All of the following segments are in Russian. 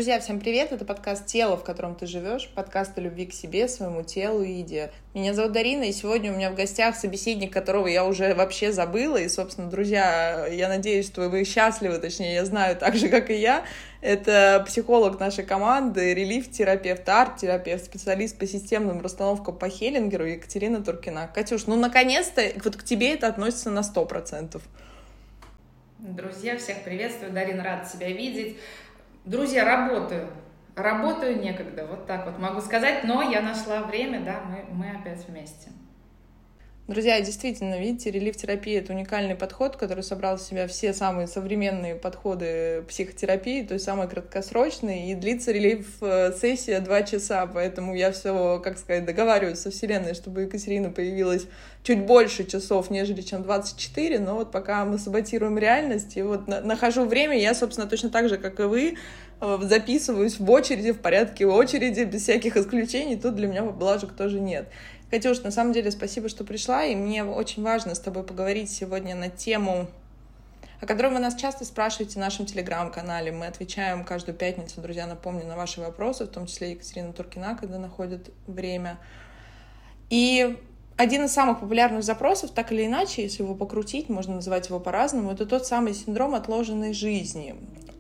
Друзья, всем привет! Это подкаст «Тело, в котором ты живешь», подкаст о любви к себе, своему телу и еде. Меня зовут Дарина, и сегодня у меня в гостях собеседник, которого я уже вообще забыла. И, собственно, друзья, я надеюсь, что вы счастливы, точнее, я знаю так же, как и я. Это психолог нашей команды, релиф-терапевт, арт-терапевт, специалист по системным расстановкам по Хеллингеру Екатерина Туркина. Катюш, наконец-то вот к тебе это относится на 100%. Друзья, всех приветствую. Дарина, рада тебя видеть. Друзья, работаю некогда, вот так вот могу сказать, но я нашла время, да, мы опять вместе. Друзья, действительно, видите, релиф-терапия — это уникальный подход, который собрал в себя все самые современные подходы психотерапии, то есть самые краткосрочные, и длится релиф-сессия 2 часа, поэтому я все, договариваюсь со Вселенной, чтобы у Екатерины появилось чуть больше часов, нежели чем 24, но вот пока мы саботируем реальность, и вот нахожу время, я, собственно, точно так же, как и вы, записываюсь в очереди, в порядке очереди, без всяких исключений, тут для меня поблажек тоже нет. Катюш, на самом деле спасибо, что пришла, и мне очень важно с тобой поговорить сегодня на тему, о которой вы нас часто спрашиваете в нашем телеграм-канале. Мы отвечаем каждую пятницу, друзья, напомню, на ваши вопросы, в том числе Екатерина Туркина, когда находит время. И один из самых популярных запросов, так или иначе, если его покрутить, можно называть его по-разному, это тот самый синдром отложенной жизни.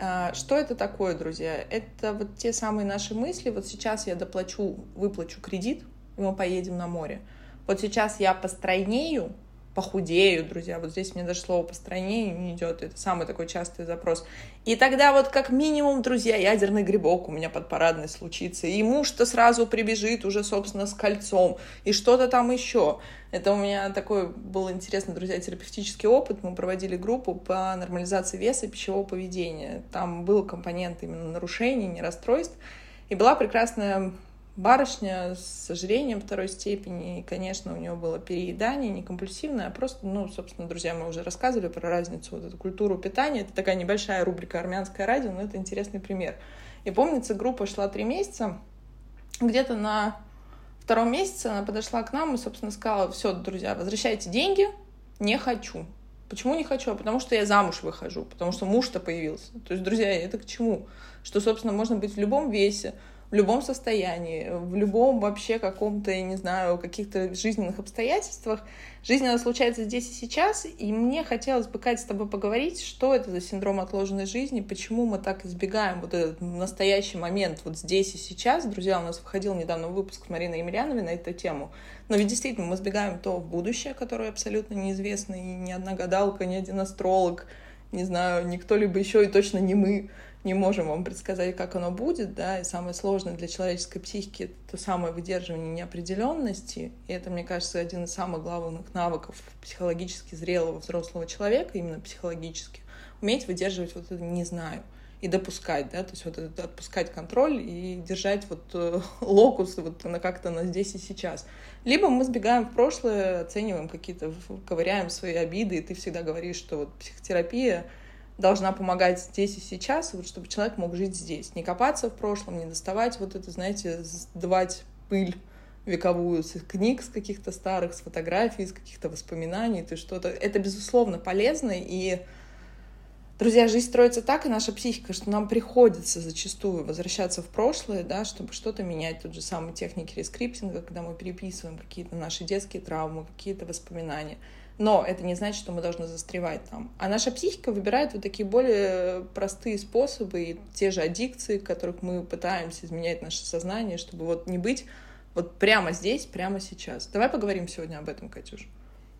Что это такое, друзья? Это вот те самые наши мысли. Вот сейчас я выплачу кредит, и мы поедем на море. Вот сейчас я постройнею, похудею, друзья. Вот здесь мне даже слово «постройнею» не идет. Это самый такой частый запрос. И тогда вот как минимум, друзья, ядерный грибок у меня под парадной случится. И муж-то сразу прибежит уже, собственно, с кольцом. И что-то там еще. Это у меня такой был интересный, друзья, терапевтический опыт. Мы проводили группу по нормализации веса и пищевого поведения. Там был компонент именно нарушений, не расстройств. И была прекрасная барышня с ожирением 2 степени, и, конечно, у нее было переедание, не компульсивное, а просто, собственно, друзья, мы уже рассказывали про разницу, вот эту культуру питания. Это такая небольшая рубрика «Армянское радио», но это интересный пример. И помнится, группа шла 3 месяца, где-то на 2-м месяце она подошла к нам и, собственно, сказала: все, друзья, возвращайте деньги, не хочу. Почему не хочу? Потому что я замуж выхожу, потому что муж-то появился. То есть, друзья, это к чему? Что, собственно, можно быть в любом весе, в любом состоянии, в любом вообще каком-то, я не знаю, каких-то жизненных обстоятельствах. Жизнь, она случается здесь и сейчас, и мне хотелось бы, Катя, с тобой поговорить, что это за синдром отложенной жизни, почему мы так избегаем вот этот настоящий момент вот здесь и сейчас. Друзья, у нас выходил недавно выпуск с Мариной Емельяновой на эту тему, но ведь действительно мы сбегаем то в будущее, которое абсолютно неизвестно, и ни одна гадалка, ни один астролог, не знаю, никто либо еще, и точно не мы не можем вам предсказать, как оно будет, да, и самое сложное для человеческой психики — это то самое выдерживание неопределенности, и это, мне кажется, один из самых главных навыков психологически зрелого взрослого человека, именно психологически, уметь выдерживать вот это «не знаю» и допускать, да, то есть вот это отпускать контроль и держать вот локус вот как-то на здесь и сейчас. Либо мы сбегаем в прошлое, оцениваем какие-то, ковыряем свои обиды, и ты всегда говоришь, что вот психотерапия должна помогать здесь и сейчас, вот, чтобы человек мог жить здесь, не копаться в прошлом, не доставать вот это, знаете, сдувать пыль вековую с книг, с каких-то старых, с фотографий, с каких-то воспоминаний, то что-то. Это, безусловно, полезно, и, друзья, жизнь строится так, и наша психика, что нам приходится зачастую возвращаться в прошлое, да, чтобы что-то менять. Тот же самый техники рескриптинга, когда мы переписываем какие-то наши детские травмы, какие-то воспоминания. Но это не значит, что мы должны застревать там. А наша психика выбирает вот такие более простые способы, и те же аддикции, которых мы пытаемся изменять наше сознание, чтобы вот не быть вот прямо здесь, прямо сейчас. Давай поговорим сегодня об этом, Катюш.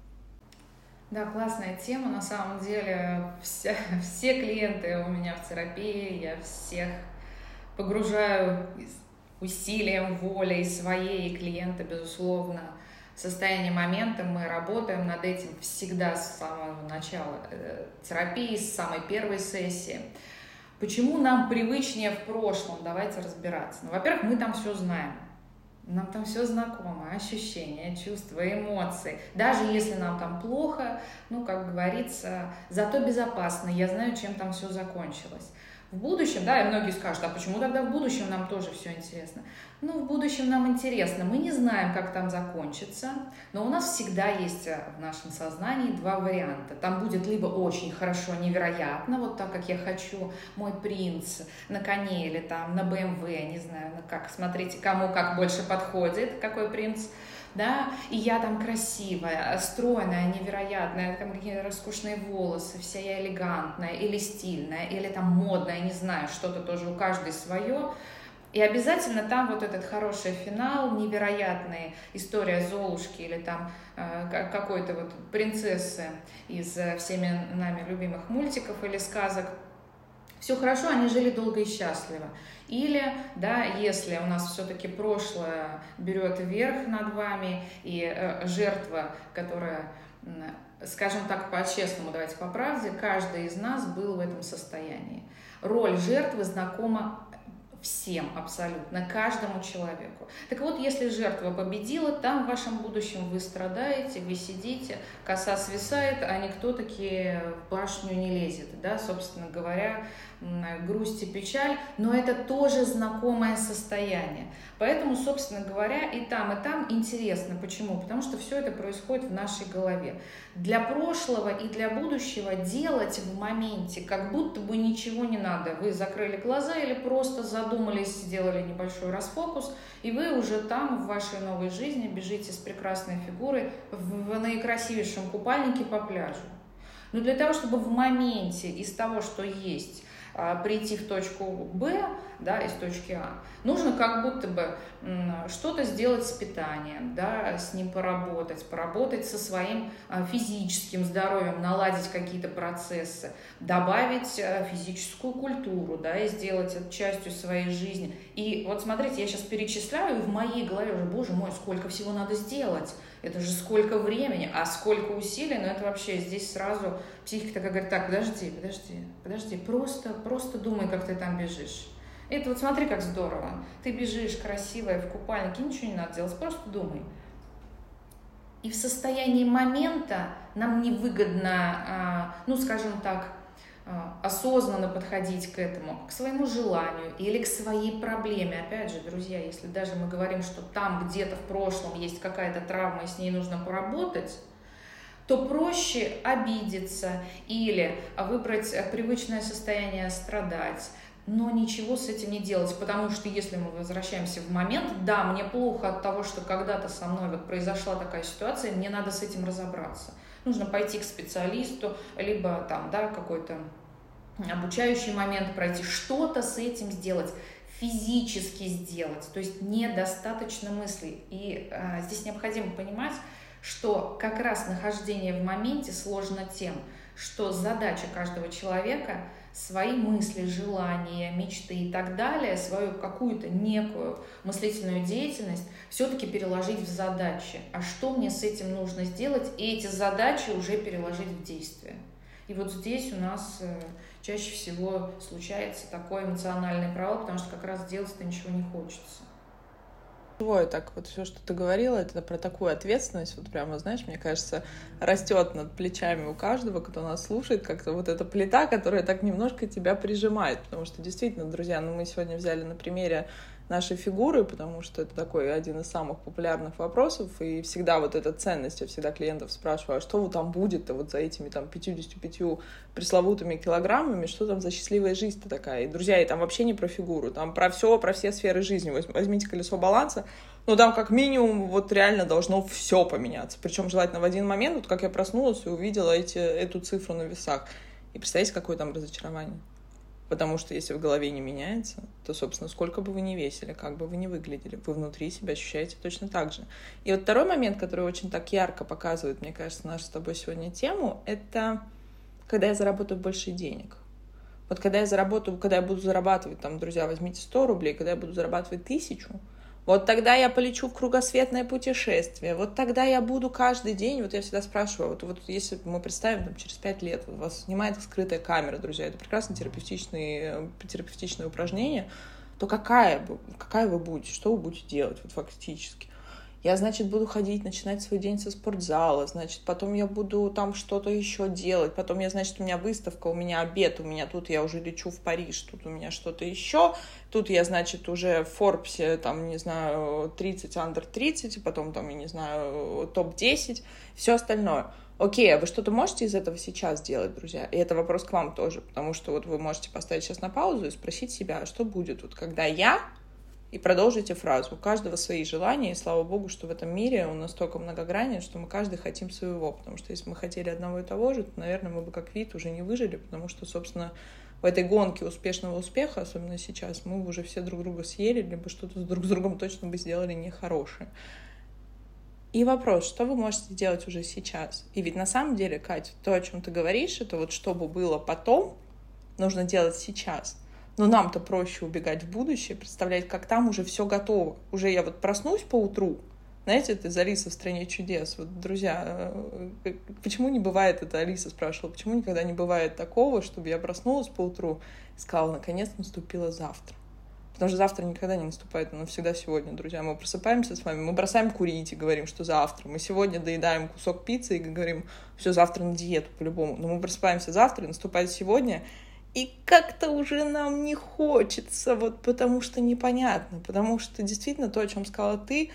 Да, классная тема. На самом деле все клиенты у меня в терапии, я всех погружаю усилием воли и своей, и клиента, безусловно, состояние момента. Мы работаем над этим всегда с самого начала терапии, с самой первой сессии. Почему нам привычнее в прошлом? Давайте разбираться. Во-первых, мы там все знаем. Нам там все знакомо, ощущения, чувства, эмоции. Даже если нам там плохо, как говорится, зато безопасно. Я знаю, чем там все закончилось. В будущем, да, и многие скажут: а почему тогда в будущем нам тоже все интересно? Ну, в будущем нам интересно. Мы не знаем, как там закончится, но у нас всегда есть в нашем сознании два варианта. Там будет либо очень хорошо, невероятно, вот так, как я хочу, мой принц на коне или там на BMW, не знаю, как, смотрите, кому как больше подходит, какой принц, да, и я там красивая, стройная, невероятная, там какие-то роскошные волосы, вся я элегантная или стильная, или там модная, не знаю, что-то тоже у каждой свое. И обязательно там вот этот хороший финал, невероятная история Золушки или там какой-то вот принцессы из всеми нами любимых мультиков или сказок. Все хорошо, они жили долго и счастливо. Или, да, если у нас все-таки прошлое берет верх над вами, и жертва, которая, скажем так, по-честному, давайте по правде, каждый из нас был в этом состоянии. Роль жертвы знакома всем абсолютно, каждому человеку. Так вот, если жертва победила, там в вашем будущем вы страдаете, вы сидите, коса свисает, а никто таки в башню не лезет, да, собственно говоря, грусть и печаль, но это тоже знакомое состояние. Поэтому, собственно говоря, и там интересно. Почему? Потому что все это происходит в нашей голове. Для прошлого и для будущего делать в моменте как будто бы ничего не надо. Вы закрыли глаза или просто задумались, сделали небольшой расфокус, и вы уже там в вашей новой жизни бежите с прекрасной фигурой в наикрасивейшем купальнике по пляжу. Но для того, чтобы в моменте из того, что есть, прийти в точку Б, да, из точки А, нужно как будто бы что-то сделать с питанием, да, с ним поработать со своим физическим здоровьем, наладить какие-то процессы, добавить физическую культуру, да, и сделать это частью своей жизни. И вот смотрите, я сейчас перечисляю, и в моей голове уже, боже мой, сколько всего надо сделать. Это же сколько времени, а сколько усилий, но это вообще здесь сразу психика такая говорит, так, подожди, просто думай, как ты там бежишь. Это вот смотри, как здорово. Ты бежишь красивая в купальнике, ничего не надо делать, просто думай. И в состоянии момента нам невыгодно, ну, скажем так, осознанно подходить к этому, к своему желанию или к своей проблеме. Опять же, друзья, если даже мы говорим, что там где-то в прошлом есть какая-то травма и с ней нужно поработать, то проще обидеться или выбрать привычное состояние страдать, но ничего с этим не делать, потому что если мы возвращаемся в момент, да, мне плохо от того, что когда-то со мной вот произошла такая ситуация, мне надо с этим разобраться. Нужно пойти к специалисту, либо там, да, какой-то обучающий момент пройти, что-то с этим сделать, физически сделать, то есть недостаточно мыслей. И здесь необходимо понимать, что как раз нахождение в моменте сложно тем, что задача каждого человека свои мысли, желания, мечты и так далее, свою какую-то некую мыслительную деятельность все-таки переложить в задачи. А что мне с этим нужно сделать? И эти задачи уже переложить в действие. И вот здесь у нас чаще всего случается такой эмоциональный провал, потому что как раз делать-то ничего не хочется. Так вот все, что ты говорила, это про такую ответственность, вот прямо, знаешь, мне кажется, растет над плечами у каждого, кто нас слушает, как-то вот эта плита, которая так немножко тебя прижимает, потому что действительно, друзья, мы сегодня взяли на примере нашей фигуры, потому что это такой один из самых популярных вопросов, и всегда вот эта ценность, я всегда клиентов спрашиваю, а что там будет-то вот за этими там 55 пресловутыми килограммами, что там за счастливая жизнь-то такая? И, друзья, и там вообще не про фигуру, там про все сферы жизни. Возьмите колесо баланса, ну там как минимум вот реально должно все поменяться, причем желательно в один момент, вот как я проснулась и увидела эту цифру на весах, и представляете, какое там разочарование? Потому что если в голове не меняется, то, собственно, сколько бы вы ни весили, как бы вы ни выглядели, вы внутри себя ощущаете точно так же. И вот второй момент, который очень так ярко показывает, мне кажется, нашу с тобой сегодня тему, это когда я заработаю больше денег. Вот когда я буду зарабатывать, там, друзья, возьмите 100 рублей, когда я буду зарабатывать 1000, вот тогда я полечу в кругосветное путешествие, вот тогда я буду каждый день, вот я всегда спрашиваю, вот если мы представим, там, через 5 лет вот вас снимает скрытая камера, друзья, это прекрасное терапевтичное упражнение, то какая вы будете, что вы будете делать вот фактически? Я, значит, буду ходить, начинать свой день со спортзала, значит, потом я буду там что-то еще делать, потом я, значит, у меня выставка, у меня обед, у меня тут я уже лечу в Париж, тут у меня что-то еще, тут я, значит, уже в Форбсе, там, не знаю, 30, under 30, потом там, я не знаю, топ-10, все остальное. Окей, а вы что-то можете из этого сейчас делать, друзья? И это вопрос к вам тоже, потому что вот вы можете поставить сейчас на паузу и спросить себя, а что будет, вот когда я... И продолжите фразу. У каждого свои желания, и слава богу, что в этом мире он настолько многогранен, что мы каждый хотим своего. Потому что если мы хотели одного и того же, то, наверное, мы бы как вид уже не выжили, потому что, собственно, в этой гонке успешного успеха, особенно сейчас, мы бы уже все друг друга съели, либо что-то друг с другом точно бы сделали нехорошее. И вопрос, что вы можете делать уже сейчас? И ведь на самом деле, Катя, то, о чем ты говоришь, это вот что бы было потом, нужно делать сейчас. Но нам-то проще убегать в будущее, представлять, как там уже все готово. Уже я вот проснусь поутру, знаете, это из «Алисы в стране чудес». Вот, друзья, почему не бывает, это Алиса спрашивала, почему никогда не бывает такого, чтобы я проснулась поутру и сказала, наконец наступило завтра. Потому что завтра никогда не наступает, оно всегда сегодня, друзья. Мы просыпаемся с вами, мы бросаем курить и говорим, что завтра. Мы сегодня доедаем кусок пиццы и говорим, все, завтра на диету по-любому. Но мы просыпаемся завтра, наступает сегодня, и как-то уже нам не хочется, вот потому что непонятно, потому что действительно то, о чем сказала ты,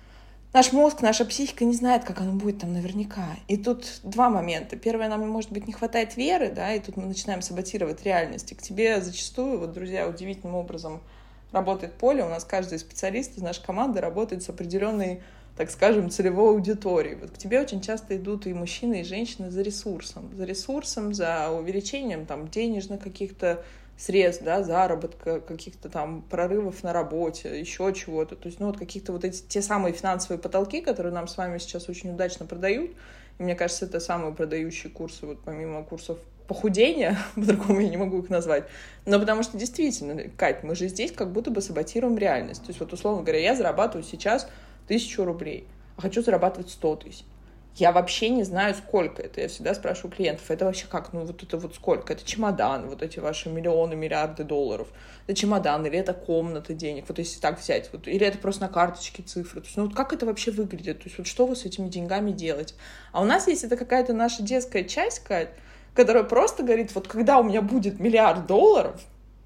наш мозг, наша психика не знает, как оно будет там наверняка. И тут два момента. Первое, нам, может быть, не хватает веры, да, и тут мы начинаем саботировать реальность. И к тебе зачастую, вот, друзья, удивительным образом работает поле. У нас каждый специалист из нашей команды работает с определенной, так скажем, целевой аудиторией. Вот к тебе очень часто идут и мужчины, и женщины за ресурсом, за увеличением там денежных каких-то средств, да, заработка, каких-то там прорывов на работе, еще чего-то. То есть, ну, вот каких-то вот эти те самые финансовые потолки, которые нам с вами сейчас очень удачно продают. И мне кажется, это самые продающие курсы, вот помимо курсов похудения, по-другому я не могу их назвать. Но потому что действительно, Кать, мы же здесь как будто бы саботируем реальность. То есть, вот, условно говоря, я зарабатываю сейчас 1000 рублей, а хочу зарабатывать 100 000. Я вообще не знаю, сколько это. Я всегда спрашиваю клиентов, это вообще как? Ну вот это вот сколько? Это чемодан, вот эти ваши миллионы, миллиарды долларов. Это чемодан, или это комната денег, вот если так взять. Вот, или это просто на карточке цифры. То есть, ну вот как это вообще выглядит? То есть вот что вы с этими деньгами делаете? А у нас есть это какая-то наша детская часть, Кать, которая просто говорит, вот когда у меня будет $1 миллиард,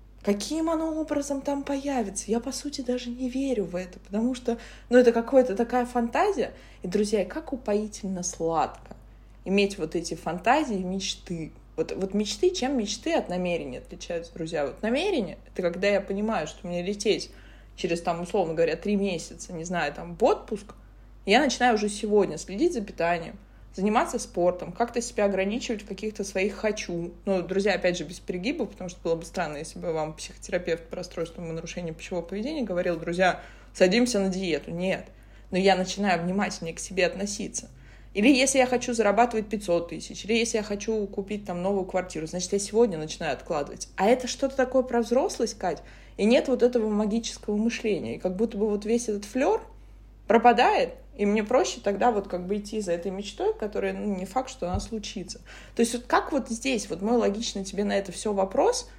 каким оно образом там появится? Я, по сути, даже не верю в это, потому что, ну, это какая-то такая фантазия. И, друзья, как упоительно сладко иметь вот эти фантазии, мечты. Вот мечты, чем мечты от намерений отличаются, друзья? Вот намерение — это когда я понимаю, что мне лететь через, там, условно говоря, 3 месяца, не знаю, там, в отпуск, я начинаю уже сегодня следить за питанием, заниматься спортом, как-то себя ограничивать в каких-то своих «хочу». Ну, друзья, опять же, без перегибов, потому что было бы странно, если бы вам психотерапевт по расстройствам и нарушениям пищевого поведения говорил, друзья, садимся на диету. Нет. Но я начинаю внимательнее к себе относиться. Или если я хочу зарабатывать 500 000, или если я хочу купить там новую квартиру, значит, я сегодня начинаю откладывать. А это что-то такое про взрослость, Кать, и нет вот этого магического мышления. И как будто бы вот весь этот флер пропадает, и мне проще тогда вот как бы идти за этой мечтой, которая, ну, не факт, что она случится. То есть вот как вот здесь, вот мой логичный тебе на это все вопрос,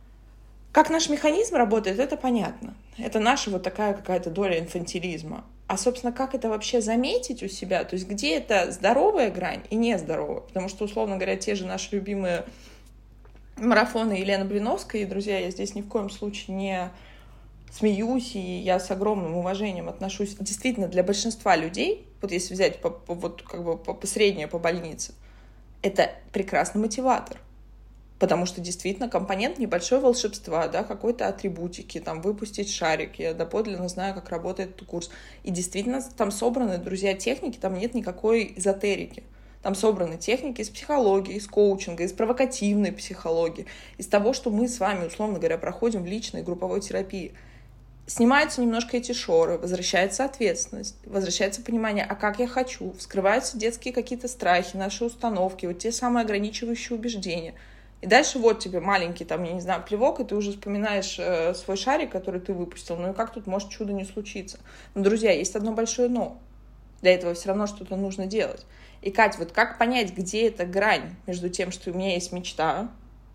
как наш механизм работает, это понятно. Это наша вот такая какая-то доля инфантилизма. А, собственно, как это вообще заметить у себя? То есть где это здоровая грань и нездоровая? Потому что, условно говоря, те же наши любимые марафоны Елены Блиновской, и, друзья, я здесь ни в коем случае не смеюсь, и я с огромным уважением отношусь. Действительно, для большинства людей, вот если взять вот как бы по среднее по больнице, это прекрасный мотиватор. Потому что действительно компонент небольшого волшебства, да, какой-то атрибутики, там, выпустить шарик. Я доподлинно знаю, как работает этот курс. И действительно там собраны, друзья, техники, там нет никакой эзотерики. Там собраны техники из психологии, из коучинга, из провокативной психологии, из того, что мы с вами, условно говоря, проходим в личной и групповой терапии. Снимаются немножко эти шоры, возвращается ответственность, возвращается понимание, а как я хочу, вскрываются детские какие-то страхи, наши установки, вот те самые ограничивающие убеждения. И дальше вот тебе маленький, там, я не знаю, плевок, и ты уже вспоминаешь свой шарик, который ты выпустил. Ну и как тут может чудо не случиться? Но, друзья, есть одно большое «но». Для этого все равно что-то нужно делать. И, Кать, вот как понять, где эта грань между тем, что у меня есть мечта,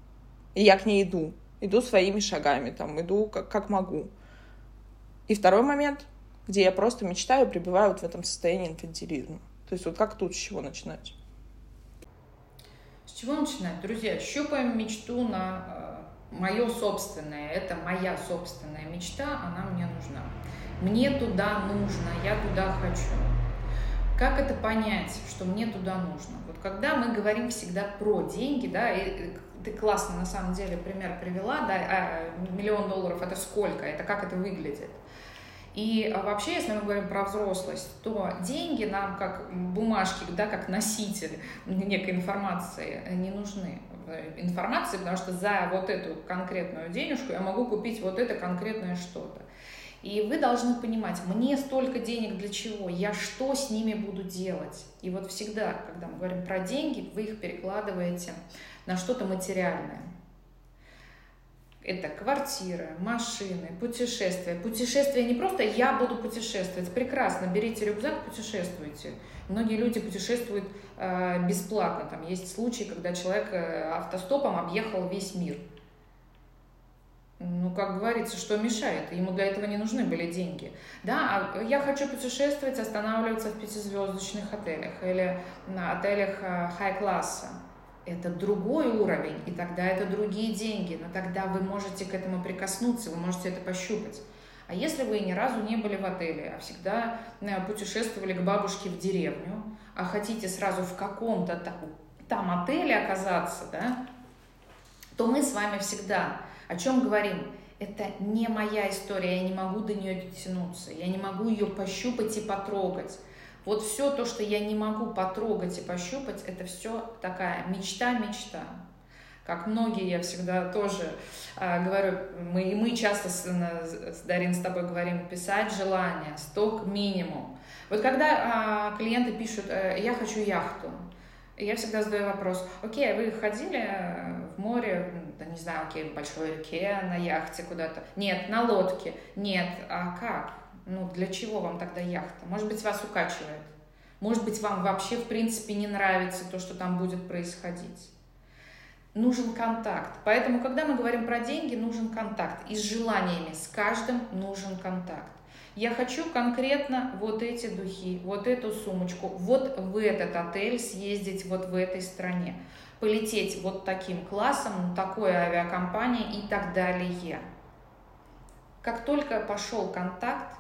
и я к ней иду своими шагами, там, иду как могу. И второй момент, где я просто мечтаю, пребываю вот в этом состоянии инфантилизма. То есть вот как тут, с чего начинать? С чего начинать? Друзья, щупаем мечту на мое собственное. Это моя собственная мечта, она мне нужна. Мне туда нужно, я туда хочу. Как это понять, что мне туда нужно? Вот когда мы говорим всегда про деньги, да, и ты классно на самом деле пример привела, да, $1 миллион это сколько, это как это выглядит. И вообще, если мы говорим про взрослость, то деньги нам как бумажки, да, как носитель некой информации не нужны. Информации, потому что за вот эту конкретную денежку я могу купить вот это конкретное что-то. И вы должны понимать, мне столько денег для чего, я что с ними буду делать. И вот всегда, когда мы говорим про деньги, вы их перекладываете на что-то материальное. Это квартиры, машины, путешествия. Путешествия не просто «я буду путешествовать». Прекрасно, берите рюкзак, путешествуйте. Многие люди путешествуют бесплатно. Там есть случаи, когда человек автостопом объехал весь мир. Ну, как говорится, что мешает? Ему для этого не нужны были деньги. Да, я хочу путешествовать, останавливаться в 5-звездочных отелях или на отелях хай-класса. Это другой уровень, и тогда это другие деньги, но тогда вы можете к этому прикоснуться, вы можете это пощупать. А если вы ни разу не были в отеле, а всегда путешествовали к бабушке в деревню, а хотите сразу в каком-то там отеле оказаться, да, то мы с вами всегда о чем говорим? Это не моя история, я не могу до нее дотянуться, я не могу ее пощупать и потрогать. Вот все то, что я не могу потрогать и пощупать, это все такая мечта. Как многие, я всегда тоже говорю, мы часто с Дарин с тобой говорим, писать желание, сток минимум. Вот когда клиенты пишут, я хочу яхту, я всегда задаю вопрос, окей, вы ходили в море, да не знаю, окей, в большой реке, на яхте куда-то? Нет, на лодке. Нет, а как? Ну, для чего вам тогда яхта? Может быть, вас укачивает. Может быть, вам вообще, в принципе, не нравится то, что там будет происходить. Нужен контакт. Поэтому, когда мы говорим про деньги, нужен контакт. И с желаниями, с каждым нужен контакт. Я хочу конкретно вот эти духи, вот эту сумочку, вот в этот отель съездить, вот в этой стране. Полететь вот таким классом, такой авиакомпанией и так далее. Как только пошел контакт,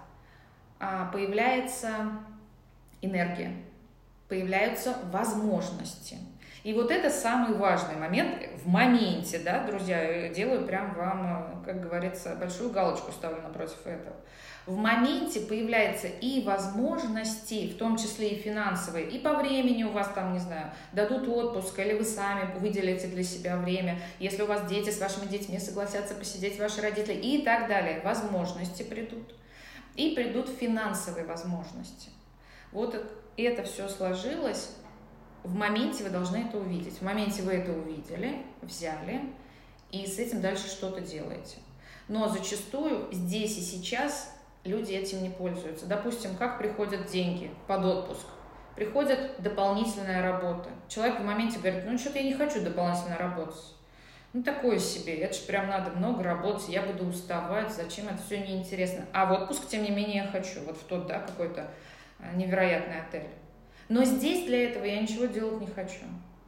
появляется энергия, появляются возможности. И вот это самый важный момент в моменте, да, друзья, я делаю прям вам, как говорится, большую галочку ставлю напротив этого. В моменте появляются и возможности, в том числе и финансовые, и по времени у вас там, не знаю, дадут отпуск, или вы сами выделите для себя время, если у вас дети, с вашими детьми согласятся посидеть ваши родители и так далее. Возможности придут. И придут финансовые возможности. Вот это все сложилось. В моменте вы должны это увидеть. В моменте вы это увидели, взяли, и с этим дальше что-то делаете. Но зачастую здесь и сейчас люди этим не пользуются. Допустим, как приходят деньги под отпуск? Приходит дополнительная работа. Человек в моменте говорит, ну что-то я не хочу дополнительно работать. Ну такое себе, это же прям надо много работать, я буду уставать, зачем это все неинтересно. А в отпуск, тем не менее, я хочу. Вот в тот, да, какой-то невероятный отель. Но здесь для этого я ничего делать не хочу.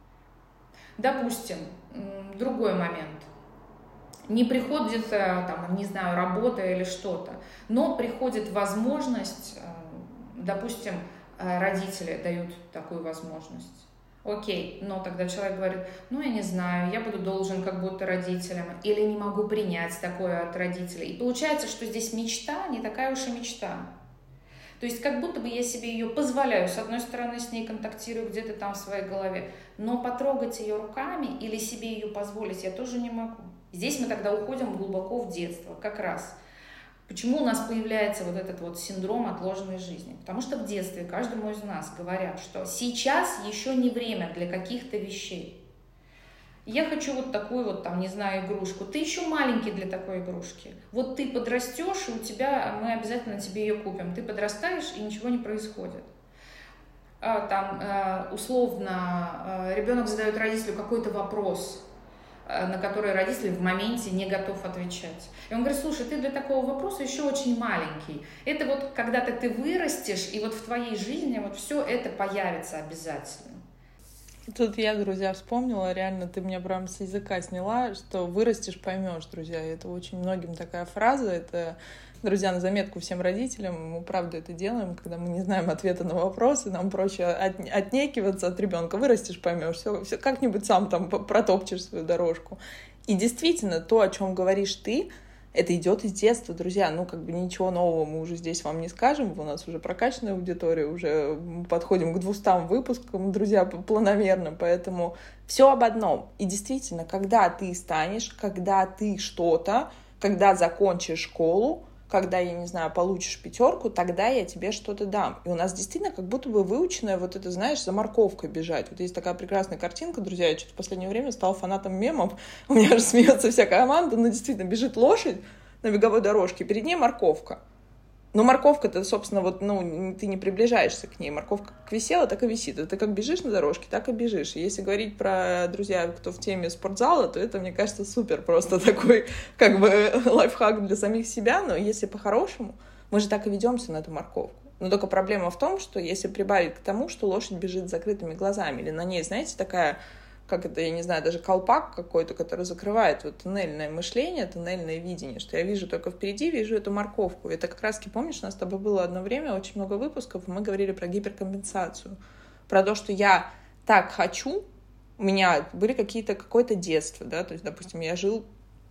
Допустим, другой момент. Не приходит, там, не знаю, работа или что-то, но приходит возможность, допустим, родители дают такую возможность. Окей, но тогда человек говорит, ну, я не знаю, я буду должен как будто родителям, или не могу принять такое от родителей. И получается, что здесь мечта не такая уж и мечта. То есть как будто бы я себе ее позволяю, с одной стороны, с ней контактирую где-то там в своей голове, но потрогать ее руками или себе ее позволить я тоже не могу. Здесь мы тогда уходим глубоко в детство, как раз. Почему у нас появляется вот этот вот синдром отложенной жизни? Потому что в детстве каждому из нас говорят, что сейчас еще не время для каких-то вещей. Я хочу вот такую вот, там, не знаю, игрушку. Ты еще маленький для такой игрушки. Вот ты подрастешь, и у тебя, мы обязательно тебе ее купим. Ты подрастаешь, и ничего не происходит. Там, условно, ребенок задает родителю какой-то вопрос. на которые родитель в моменте не готов отвечать. И он говорит: слушай, ты для такого вопроса еще очень маленький. Это вот когда-то ты вырастешь, и вот в твоей жизни вот все это появится обязательно. Тут я, друзья, вспомнила, реально, ты меня прям с языка сняла, что вырастешь, поймешь, друзья. И это очень многим такая фраза. Это, друзья, на заметку всем родителям. Мы правда это делаем, когда мы не знаем ответа на вопросы, нам проще отнекиваться от ребенка. Вырастешь, поймешь, все как-нибудь сам там протопчешь свою дорожку. И действительно, то, о чем говоришь ты, это идет из детства, друзья. Ну, как бы ничего нового мы уже здесь вам не скажем. У нас уже прокачанная аудитория, уже подходим к 200 выпускам, друзья, планомерно. Поэтому все об одном. И действительно, когда ты станешь, когда ты что-то, когда закончишь школу, когда, я не знаю, получишь 5, тогда я тебе что-то дам. И у нас действительно как будто бы выученное вот это, знаешь, за морковкой бежать. Вот есть такая прекрасная картинка, друзья, я что-то в последнее время стала фанатом мемов. У меня же смеется вся команда, но действительно бежит лошадь на беговой дорожке, перед ней морковка. Но морковка-то, собственно, вот, ну, ты не приближаешься к ней. Морковка как висела, так и висит. Ты как бежишь на дорожке, так и бежишь. И если говорить про, друзья, кто в теме спортзала, то это, мне кажется, супер просто такой, как бы, лайфхак для самих себя. Но если по-хорошему, мы же так и ведемся на эту морковку. Но только проблема в том, что если прибавить к тому, что лошадь бежит с закрытыми глазами, или на ней, знаете, такая... как это, я не знаю, даже колпак какой-то, который закрывает вот туннельное мышление, туннельное видение, что я вижу только впереди, вижу эту морковку. Это как раз-таки, помнишь, у нас с тобой было одно время очень много выпусков, и мы говорили про гиперкомпенсацию, про то, что я так хочу, у меня были какое-то детство, да, то есть, допустим, я жил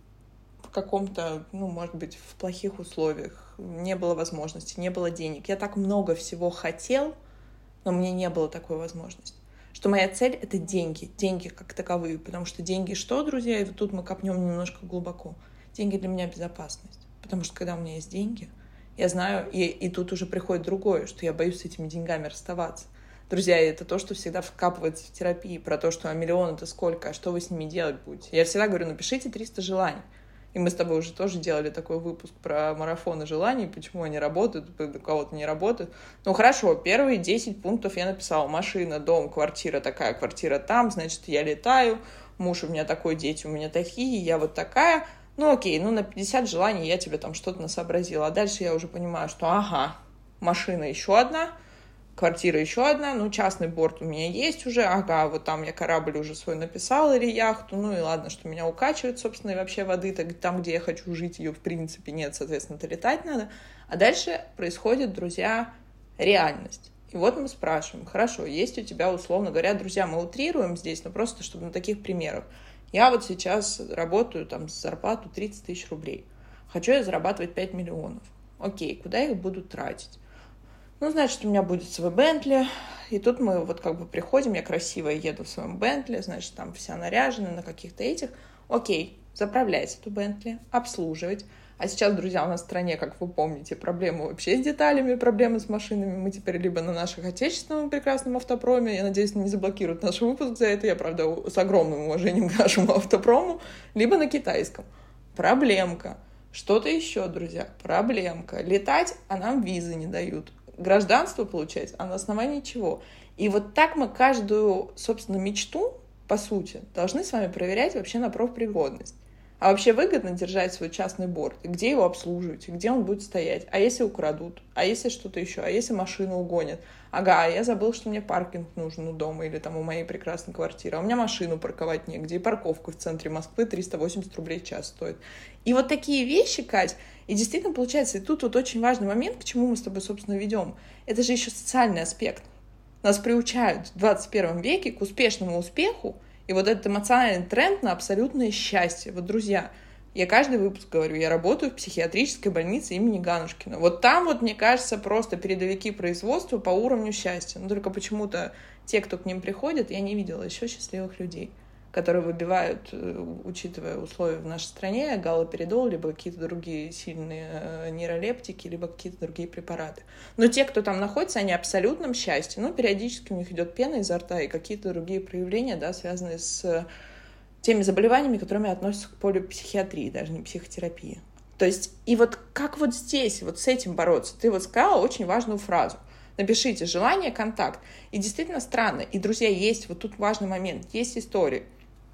в каком-то, ну, может быть, в плохих условиях, не было возможности, не было денег, я так много всего хотел, но мне не было такой возможности. Что моя цель — это деньги как таковые, потому что деньги что, друзья, и вот тут мы копнем немножко глубоко. Деньги для меня — безопасность, потому что когда у меня есть деньги, я знаю, и тут уже приходит другое, что я боюсь с этими деньгами расставаться. Друзья, это то, что всегда вкапывается в терапии, про то, что миллион — это сколько, а что вы с ними делать будете. Я всегда говорю, напишите 300 желаний. И мы с тобой уже тоже делали такой выпуск про марафоны желаний, почему они работают, у кого-то не работают. Ну хорошо, первые 10 пунктов я написала. Машина, дом, квартира такая, квартира там, значит, я летаю, муж у меня такой, дети у меня такие, я вот такая. Ну окей, ну на 50 желаний я тебе там что-то насообразила. А дальше я уже понимаю, что ага, машина еще одна, квартира еще одна, ну, частный борт у меня есть уже, ага, вот там я корабль уже свой написала или яхту, ну и ладно, что меня укачивает, собственно, и вообще воды, там, где я хочу жить, ее в принципе нет, соответственно-то летать надо. А дальше происходит, друзья, реальность. И вот мы спрашиваем, хорошо, есть у тебя, условно говоря, друзья, мы утрируем здесь, но просто чтобы на таких примерах. Я вот сейчас работаю там с зарплату 30 000 рублей. Хочу я зарабатывать 5 миллионов. Окей, куда я их буду тратить? Ну, значит, у меня будет свой Бентли, и тут мы вот как бы приходим, я красиво еду в своем Бентли, значит, там вся наряжена на каких-то этих. Окей, заправлять эту Бентли, обслуживать. А сейчас, друзья, у нас в стране, как вы помните, проблемы вообще с деталями, проблемы с машинами. Мы теперь либо на наших отечественном прекрасном автопроме, я надеюсь, не заблокируют наш выпуск за это, я, правда, с огромным уважением к нашему автопрому, либо на китайском. Проблемка. Что-то еще, друзья, проблемка. Летать, а нам визы не дают. Гражданство получать, а на основании чего? И вот так мы каждую, собственно, мечту, по сути, должны с вами проверять вообще на профпригодность. А вообще выгодно держать свой частный борт? И где его обслуживать? И где он будет стоять? А если украдут? А если что-то еще? А если машину угонят? Ага, а я забыл, что мне паркинг нужен у дома или там у моей прекрасной квартиры. А у меня машину парковать негде. И парковка в центре Москвы 380 рублей в час стоит. И вот такие вещи, Кать, и действительно получается, и тут вот очень важный момент, к чему мы с тобой, собственно, ведем. Это же еще социальный аспект. Нас приучают в 21 веке к успешному успеху, и вот этот эмоциональный тренд на абсолютное счастье. Вот, друзья, я каждый выпуск говорю, я работаю в психиатрической больнице имени Ганушкина. Вот там вот, мне кажется, просто передовики производства по уровню счастья. Но только почему-то те, кто к ним приходит, я не видела еще счастливых людей, которые выбивают, учитывая условия в нашей стране, галоперидол, либо какие-то другие сильные нейролептики, либо какие-то другие препараты. Но те, кто там находится, они в абсолютном счастье. Ну, периодически у них идет пена изо рта и какие-то другие проявления, да, связанные с теми заболеваниями, которыми относятся к полю психиатрии, даже не психотерапии. То есть, и вот как вот здесь, вот с этим бороться? Ты вот сказала очень важную фразу. Напишите желание, контакт. И действительно странно. И, друзья, есть вот тут важный момент, есть истории.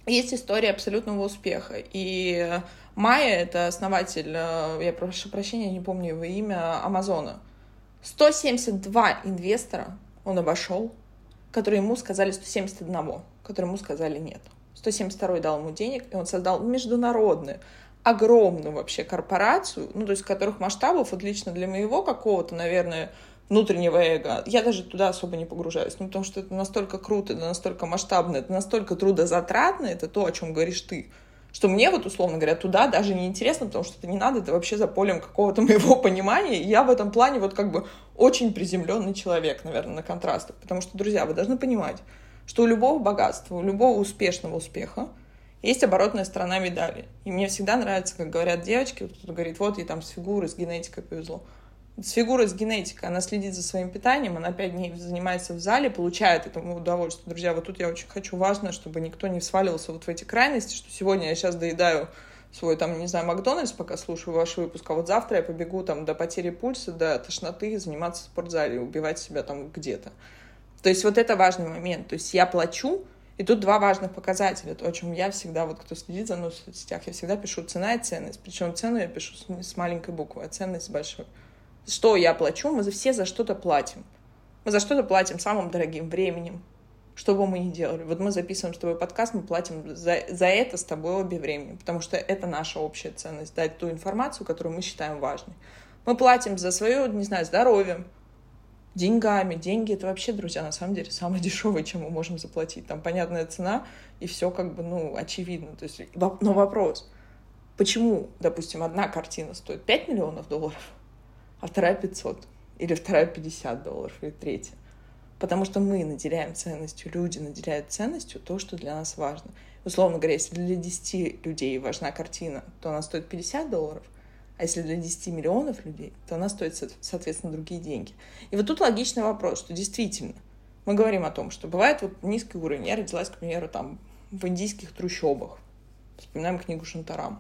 есть история абсолютного успеха. И Майя — это основатель, я прошу прощения, не помню его имя, Амазона. 172 инвестора он обошел, которые ему сказали 171, которые ему сказали нет. 172 дал ему денег, и он создал международную, огромную вообще корпорацию, ну, то есть которых масштабов, вот лично для моего какого-то, наверное, внутреннего эго, я даже туда особо не погружаюсь, ну, потому что это настолько круто, это настолько масштабно, это настолько трудозатратно, это то, о чем говоришь ты, что мне вот, условно говоря, туда даже не интересно, потому что это не надо, это вообще за полем какого-то моего понимания, и я в этом плане вот как бы очень приземленный человек, наверное, на контрастах, потому что, друзья, вы должны понимать, что у любого богатства, у любого успешного успеха есть оборотная сторона медали. И мне всегда нравится, как говорят девочки, вот кто-то говорит, вот ей там с фигурой, с генетикой повезло. С фигурой, с генетикой, она следит за своим питанием, она 5 дней занимается в зале, получает этому удовольствие. Друзья, вот тут я очень хочу, важно, чтобы никто не сваливался вот в эти крайности, что сегодня я сейчас доедаю свой, там, не знаю, Макдональдс, пока слушаю ваш выпуск, а вот завтра я побегу там до потери пульса, до тошноты, заниматься в спортзале, убивать себя там где-то. То есть вот это важный момент. То есть я плачу, и тут два важных показателя. То, о чем я всегда, вот кто следит за мной в соцсетях, я всегда пишу цена и ценность. Причем цену я пишу с маленькой буквы, а ценность с большой. Что я плачу? Мы все за что-то платим. Мы за что-то платим самым дорогим временем. Что бы мы ни делали. Вот мы записываем с тобой подкаст, мы платим за это с тобой обе временем, потому что это наша общая ценность, дать ту информацию, которую мы считаем важной. Мы платим за свое, не знаю, здоровье, деньгами. Деньги — это вообще, друзья, на самом деле самое дешевое, чем мы можем заплатить. Там понятная цена, и все как бы, ну, очевидно. То есть, но вопрос, почему, допустим, одна картина стоит 5 миллионов долларов, а вторая 500, или вторая 50 долларов, или третья? Потому что мы наделяем ценностью, люди наделяют ценностью то, что для нас важно. Условно говоря, если для 10 людей важна картина, то она стоит 50 долларов, а если для 10 миллионов людей, то она стоит, соответственно, другие деньги. И вот тут логичный вопрос, что действительно мы говорим о том, что бывает вот низкий уровень. Я родилась, к примеру, там в индийских трущобах. Вспоминаем книгу Шантарам.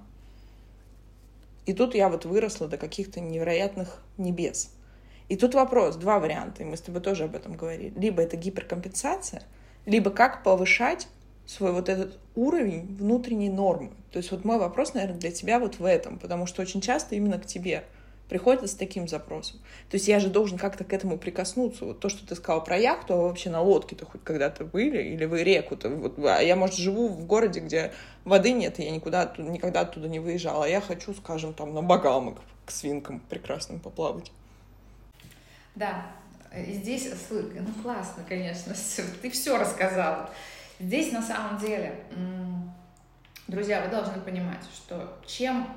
И тут я вот выросла до каких-то невероятных небес. И тут вопрос, два варианта, и мы с тобой тоже об этом говорили. Либо это гиперкомпенсация, либо как повышать свой вот этот уровень внутренней нормы. То есть вот мой вопрос, наверное, для тебя вот в этом, потому что очень часто именно к тебе приходят с таким запросом. То есть я же должен как-то к этому прикоснуться. Вот то, что ты сказала про яхту, а вы вообще на лодке-то хоть когда-то были? Или вы реку-то? Вот, а я, может, живу в городе, где воды нет, и я никогда оттуда не выезжала. А я хочу, скажем, там на Багамы к свинкам прекрасным поплавать. Да, здесь, ну классно, конечно, ты все рассказала. Здесь на самом деле, друзья, вы должны понимать, что чем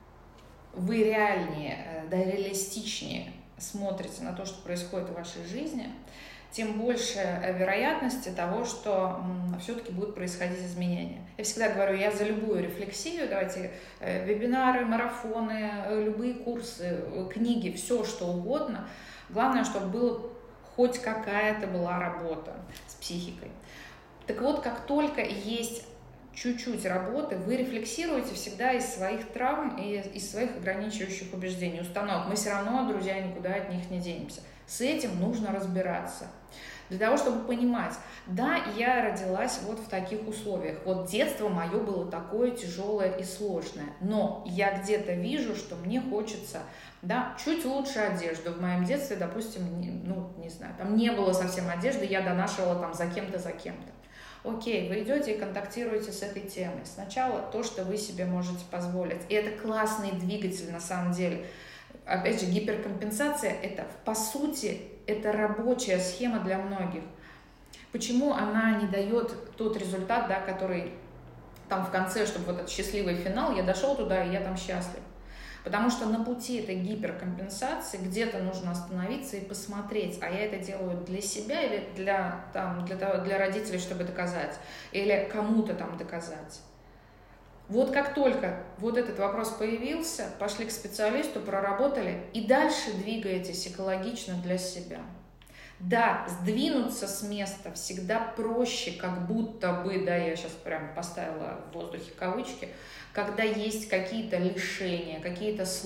вы реальнее, да, реалистичнее смотрите на то, что происходит в вашей жизни, тем больше вероятности того, что все-таки будут происходить изменения. Я всегда говорю, я за любую рефлексию, давайте вебинары, марафоны, любые курсы, книги, все что угодно. Главное, чтобы была хоть какая-то была работа с психикой. Так вот, как только есть чуть-чуть работы, вы рефлексируете всегда из своих травм и из своих ограничивающих убеждений, установок. Мы все равно, друзья, никуда от них не денемся. С этим нужно разбираться. Для того, чтобы понимать, да, я родилась вот в таких условиях. Вот детство мое было такое тяжелое и сложное. Но я где-то вижу, что мне хочется, да, чуть лучше одежду. В моем детстве, допустим, не знаю, там не было совсем одежды, я донашивала там за кем-то, за кем-то. Окей, вы идете и контактируете с этой темой. Сначала то, что вы себе можете позволить. И это классный двигатель на самом деле. Опять же, гиперкомпенсация – это, по сути, это рабочая схема для многих. Почему она не дает тот результат, да, который там в конце, чтобы вот этот счастливый финал, я дошел туда, и я там счастлив. Потому что на пути этой гиперкомпенсации где-то нужно остановиться и посмотреть, а я это делаю для себя или для родителей, чтобы доказать, или кому-то там доказать. Вот как только вот этот вопрос появился, пошли к специалисту, проработали, и дальше двигаетесь экологично для себя. Да, сдвинуться с места всегда проще, как будто бы, да, я сейчас прям поставила в воздухе кавычки, когда есть какие-то лишения,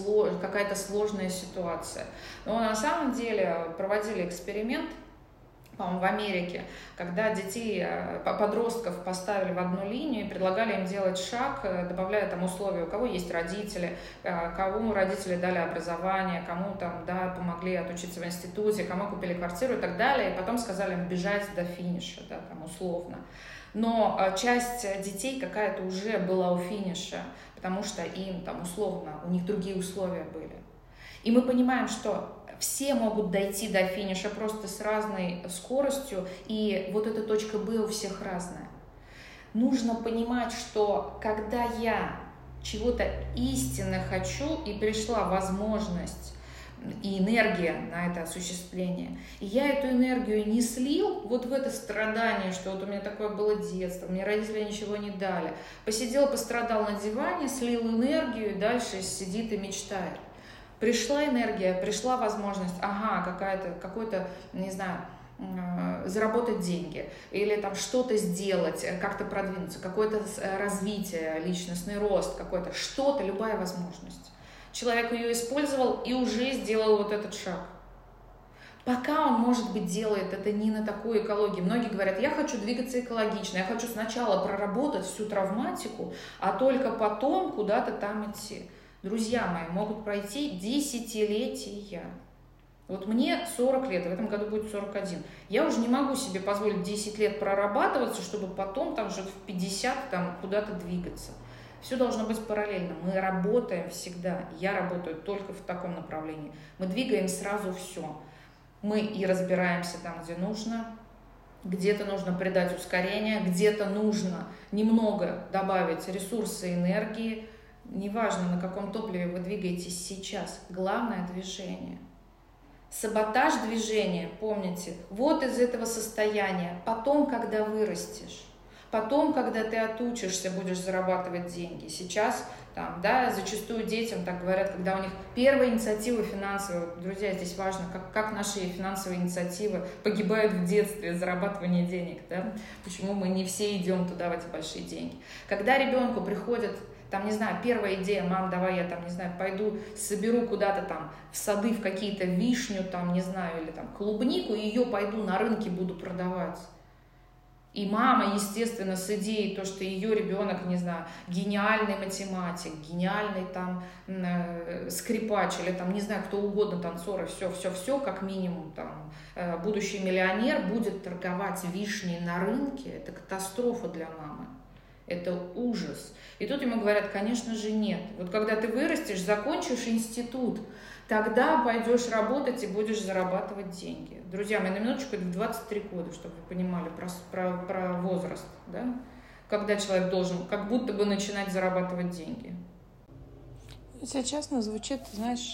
какая-то сложная ситуация. Но на самом деле проводили эксперимент, по-моему, в Америке, когда детей, подростков поставили в одну линию и предлагали им делать шаг, добавляя там условия, у кого есть родители, кому родители дали образование, кому там, да, помогли отучиться в институте, кому купили квартиру и так далее, и потом сказали им бежать до финиша, да, там условно. Но часть детей какая-то уже была у финиша, потому что им там условно, у них другие условия были. И мы понимаем, что все могут дойти до финиша просто с разной скоростью, и вот эта точка Б у всех разная. Нужно понимать, что когда я чего-то истинно хочу, и пришла возможность и энергия на это осуществление, и я эту энергию не слил вот в это страдание, что вот у меня такое было детство, мне родители ничего не дали, посидел, пострадал на диване, слил энергию, и дальше сидит и мечтает. Пришла энергия, пришла возможность, какой-то, не знаю, заработать деньги или там что-то сделать, как-то продвинуться, какое-то развитие, личностный рост какой-то, что-то, любая возможность. Человек ее использовал и уже сделал вот этот шаг. Пока он, может быть, делает это не на такой экологии. Многие говорят, я хочу двигаться экологично, я хочу сначала проработать всю травматику, а только потом куда-то там идти. Друзья мои, могут пройти десятилетия. Вот мне 40 лет, в этом году будет 41. Я уже не могу себе позволить 10 лет прорабатываться, чтобы потом там же в 50 там куда-то двигаться. Все должно быть параллельно. Мы работаем всегда. Я работаю только в таком направлении. Мы двигаем сразу все. Мы и разбираемся там, где нужно. Где-то нужно придать ускорение, где-то нужно немного добавить ресурсы, энергии. Неважно, на каком топливе вы двигаетесь сейчас, главное движение. Саботаж движения, помните, вот из этого состояния, потом, когда вырастешь, потом, когда ты отучишься, будешь зарабатывать деньги. Сейчас, там, да, зачастую детям так говорят, когда у них первая инициатива финансовая, друзья, здесь важно, как наши финансовые инициативы погибают в детстве, зарабатывание денег, да, почему мы не все идем туда, в эти большие деньги. Когда ребенку приходят, там, не знаю, первая идея, мам, давай я там, не знаю, пойду соберу куда-то там в сады, в какие-то вишню, там, не знаю, или там клубнику, и ее пойду на рынке буду продавать. И мама, естественно, с идеей, то, что ее ребенок, не знаю, гениальный математик, гениальный там скрипач, или там, не знаю, кто угодно, танцор, и все, как минимум, там, будущий миллионер будет торговать вишней на рынке, это катастрофа для мамы. Это ужас. И тут ему говорят, конечно же, нет. Вот когда ты вырастешь, закончишь институт, тогда пойдешь работать и будешь зарабатывать деньги. Друзья мои, на минуточку, это в 23 года, чтобы вы понимали про возраст, да? Когда человек должен как будто бы начинать зарабатывать деньги. Если честно, звучит, знаешь,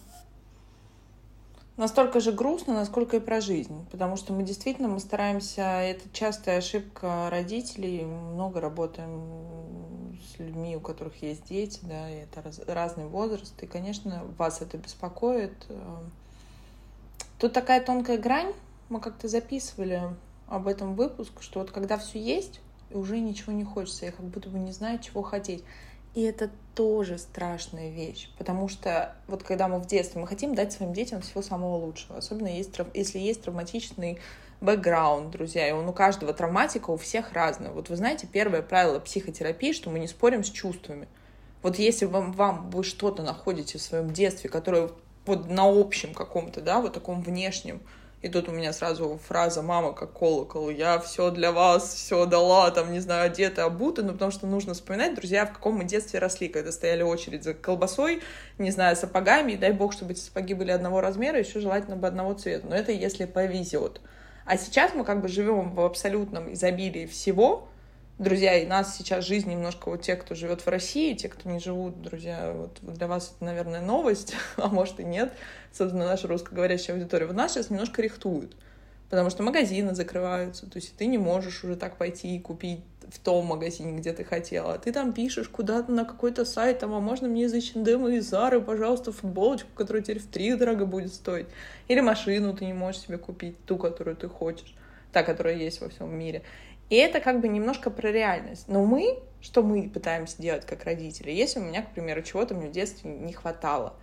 настолько же грустно, насколько и про жизнь. Потому что мы стараемся, это частая ошибка родителей, много работаем с людьми, у которых есть дети, да, и это разный возраст, и, конечно, вас это беспокоит. Тут такая тонкая грань, мы как-то записывали об этом выпуск, что вот когда все есть, уже ничего не хочется, я как будто бы не знаю, чего хотеть. И это тоже страшная вещь, потому что вот когда мы в детстве, мы хотим дать своим детям всего самого лучшего, особенно если есть травматичный бэкграунд, друзья, и он у каждого травматика, у всех разный. Вот вы знаете, первое правило психотерапии, что мы не спорим с чувствами. Вот если вы что-то находите в своем детстве, которое вот на общем каком-то, да, вот таком внешнем, и тут у меня сразу фраза «мама как колокол», я все для вас, все дала, там, не знаю, одета, обута, ну, потому что нужно вспоминать, друзья, в каком мы детстве росли, когда стояли очередь за колбасой, не знаю, сапогами, и дай бог, чтобы эти сапоги были одного размера, еще желательно бы одного цвета, но это если повезет. А сейчас мы как бы живем в абсолютном изобилии всего, друзья, и нас сейчас жизнь немножко, вот те, кто живет в России, те, кто не живут, друзья, вот для вас это, наверное, новость, а может и нет, собственно, наша русскоговорящая аудитория, вот нас сейчас немножко рихтуют, потому что магазины закрываются, то есть ты не можешь уже так пойти и купить в том магазине, где ты хотела, ты там пишешь куда-то на какой-то сайт, там, а можно мне из H&M и из Zara, пожалуйста, футболочку, которая теперь втридорого будет стоить, или машину ты не можешь себе купить, ту, которую ты хочешь, та, которая есть во всем мире. И это как бы немножко про реальность. Но что мы пытаемся делать как родители? Если у меня, к примеру, чего-то мне в детстве не хватало,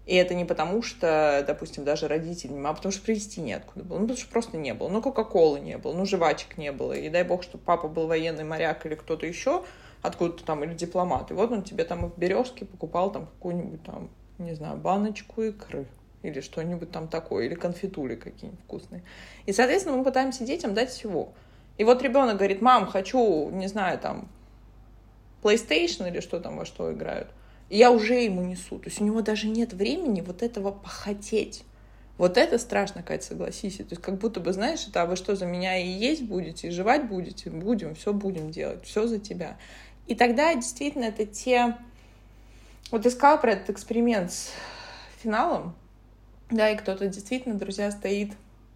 И это не потому, что, допустим, даже родители, а потому что привезти неоткуда было. Потому что просто не было. Кока-колы не было, жвачек не было. И дай бог, что папа был военный моряк или кто-то еще, откуда-то там, или дипломат. И вот он тебе там в «Березке» покупал там какую-нибудь там, не знаю, баночку икры. Или что-нибудь там такое. Или конфитули какие-нибудь вкусные. И, соответственно, мы пытаемся детям дать всего. И вот ребенок говорит: мам, хочу, не знаю, там, PlayStation или что там, во что играют. И я уже ему несу. То есть у него даже нет времени вот этого похотеть. Вот это страшно, Кать, согласись. То есть как будто бы, знаешь, это: а вы что, за меня и есть будете, и жевать будете? Будем, все будем делать, все за тебя. И тогда действительно это те... Вот ты сказала про этот эксперимент с финалом, да, и кто-то действительно, друзья, стоит